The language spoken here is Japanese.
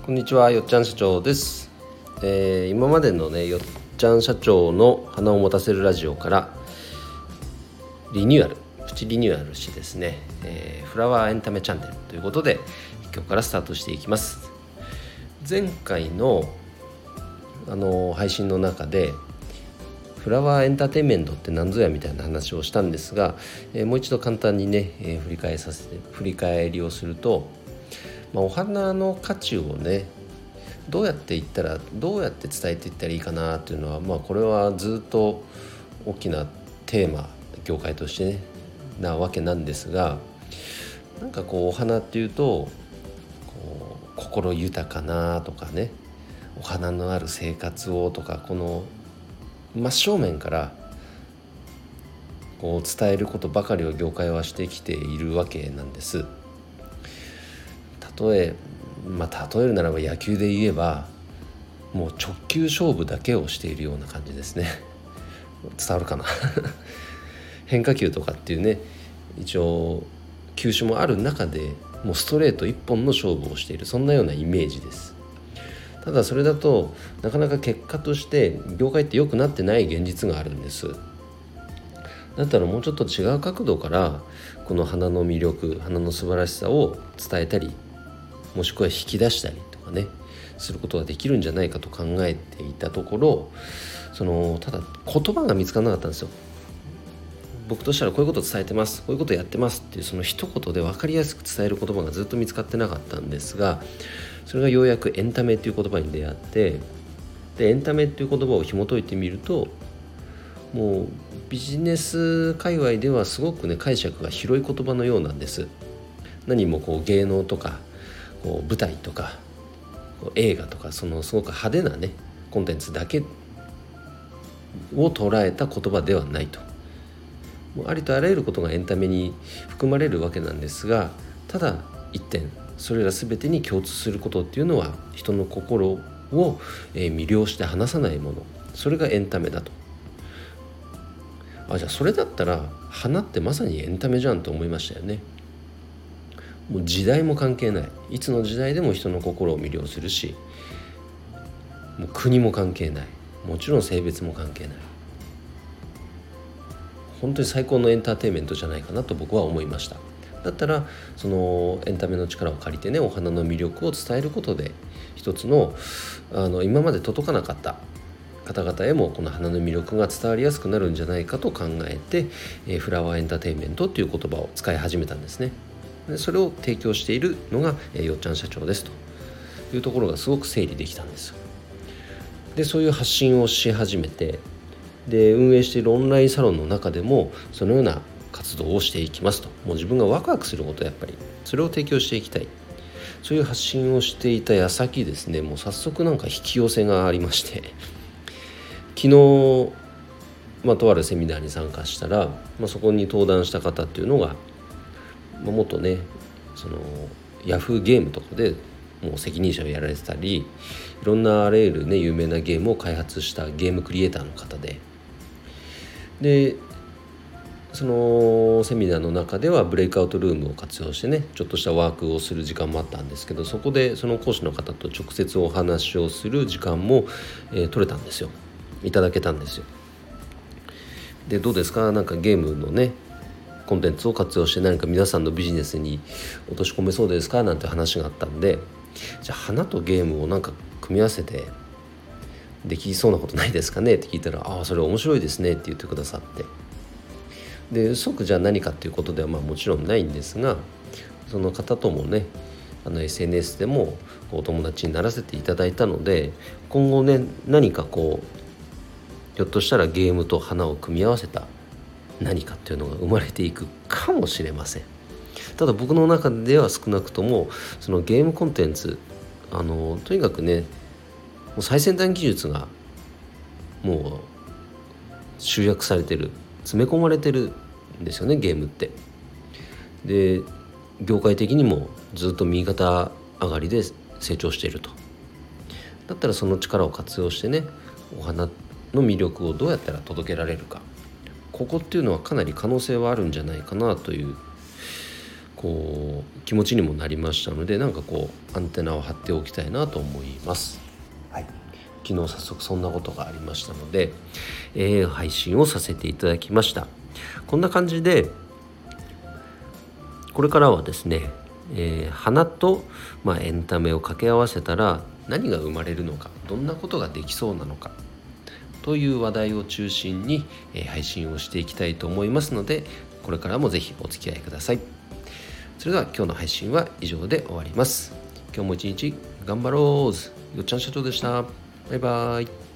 こんにちは、よっちゃん社長です。今までのね、よっちゃん社長の花を持たせるラジオからプチリニューアルしてですね、フラワーエンタメチャンネルということで今日からスタートしていきます。前回の配信の中でフラワーエンターテインメントって何ぞやみたいな話をしたんですが、もう一度簡単にね、振り返りをすると、お花の価値をねどうやって伝えていったらいいかなというのは、これはずっと大きなテーマ業界としてねなわけなんですが、なんかこうお花っていうと心豊かなとかね、お花のある生活をとか、この真正面からこう伝えることばかりを業界はしてきているわけなんです。例えるならば野球で言えばもう直球勝負だけをしているような感じですね。伝わるかな変化球とかっていうね、一応球種もある中でもうストレート一本の勝負をしている、そんなようなイメージです。ただそれだとなかなか結果として業界って良くなってない現実があるんです。だったらもうちょっと違う角度からこの花の魅力、花の素晴らしさを伝えたり、もしくは引き出したりとかねすることができるんじゃないかと考えていたところ、ただ言葉が見つからなかったんですよ。僕としたらこういうことを伝えてます、こういうことをやってますっていうその一言で分かりやすく伝える言葉がずっと見つかってなかったんですが、それがようやくエンタメっていう言葉に出会って、でエンタメっていう言葉を紐解いてみると、もうビジネス界隈ではすごくね解釈が広い言葉のようなんです。何もこう芸能とかこう舞台とか映画とか、そのすごく派手なねコンテンツだけを捉えた言葉ではないと。もうありとあらゆることがエンタメに含まれるわけなんですが、ただ一点それら全てに共通することっていうのは人の心を魅了して離さないもの、それがエンタメだと。じゃあそれだったら花ってまさにエンタメじゃんと思いましたよね。もう時代も関係ない、いつの時代でも人の心を魅了するし、もう国も関係ない、もちろん性別も関係ない、本当に最高のエンターテインメントじゃないかなと僕は思いました。だったらそのエンタメの力を借りてね、お花の魅力を伝えることで一つの今まで届かなかった方々へもこの花の魅力が伝わりやすくなるんじゃないかと考えて、フラワーエンターテインメントという言葉を使い始めたんですね。でそれを提供しているのが、よっちゃん社長ですというところがすごく整理できたんですよ。でそういう発信をし始めて、で運営しているオンラインサロンの中でもそのような活動をしていきますと。もう自分がワクワクすること、やっぱりそれを提供していきたい、そういう発信をしていた矢先ですね、もう早速なんか引き寄せがありまして、昨日、とあるセミナーに参加したら、そこに登壇した方っていうのが、もっとねヤフーゲームとかでもう責任者をやられてたり、いろんなあらゆるね有名なゲームを開発したゲームクリエイターの方で、そのセミナーの中ではブレイクアウトルームを活用してねちょっとしたワークをする時間もあったんですけど、そこでその講師の方と直接お話をする時間も、取れたんですよ。いただけたんですよ。でどうですか、なんかゲームのねコンテンツを活用して何か皆さんのビジネスに落とし込めそうですかなんて話があったんで、じゃあ花とゲームをなんか組み合わせてできそうなことないですかねって聞いたら、それ面白いですねって言ってくださって、で即じゃあ何かっていうことではもちろんないんですが、その方ともねSNS でもお友達にならせていただいたので、今後ね何かひょっとしたらゲームと花を組み合わせた何かっていうのが生まれていくかもしれません。ただ僕の中では少なくともそのゲームコンテンツとにかくねもう最先端技術がもう集約されてる、詰め込まれてるんですよね、ゲームって。で業界的にもずっと右肩上がりで成長していると。だったらその力を活用してねお花の魅力をどうやったら届けられるか、ここっていうのはかなり可能性はあるんじゃないかなというこう気持ちにもなりましたので、なんかこうアンテナを張っておきたいなと思います。はい、昨日早速そんなことがありましたので、配信をさせていただきました。こんな感じでこれからはですね、花と、エンタメを掛け合わせたら何が生まれるのか、どんなことができそうなのかという話題を中心に、配信をしていきたいと思いますので、これからもぜひお付き合いください。それでは今日の配信は以上で終わります。今日も一日頑張ろう。よっちゃん社長でした。バイバイ。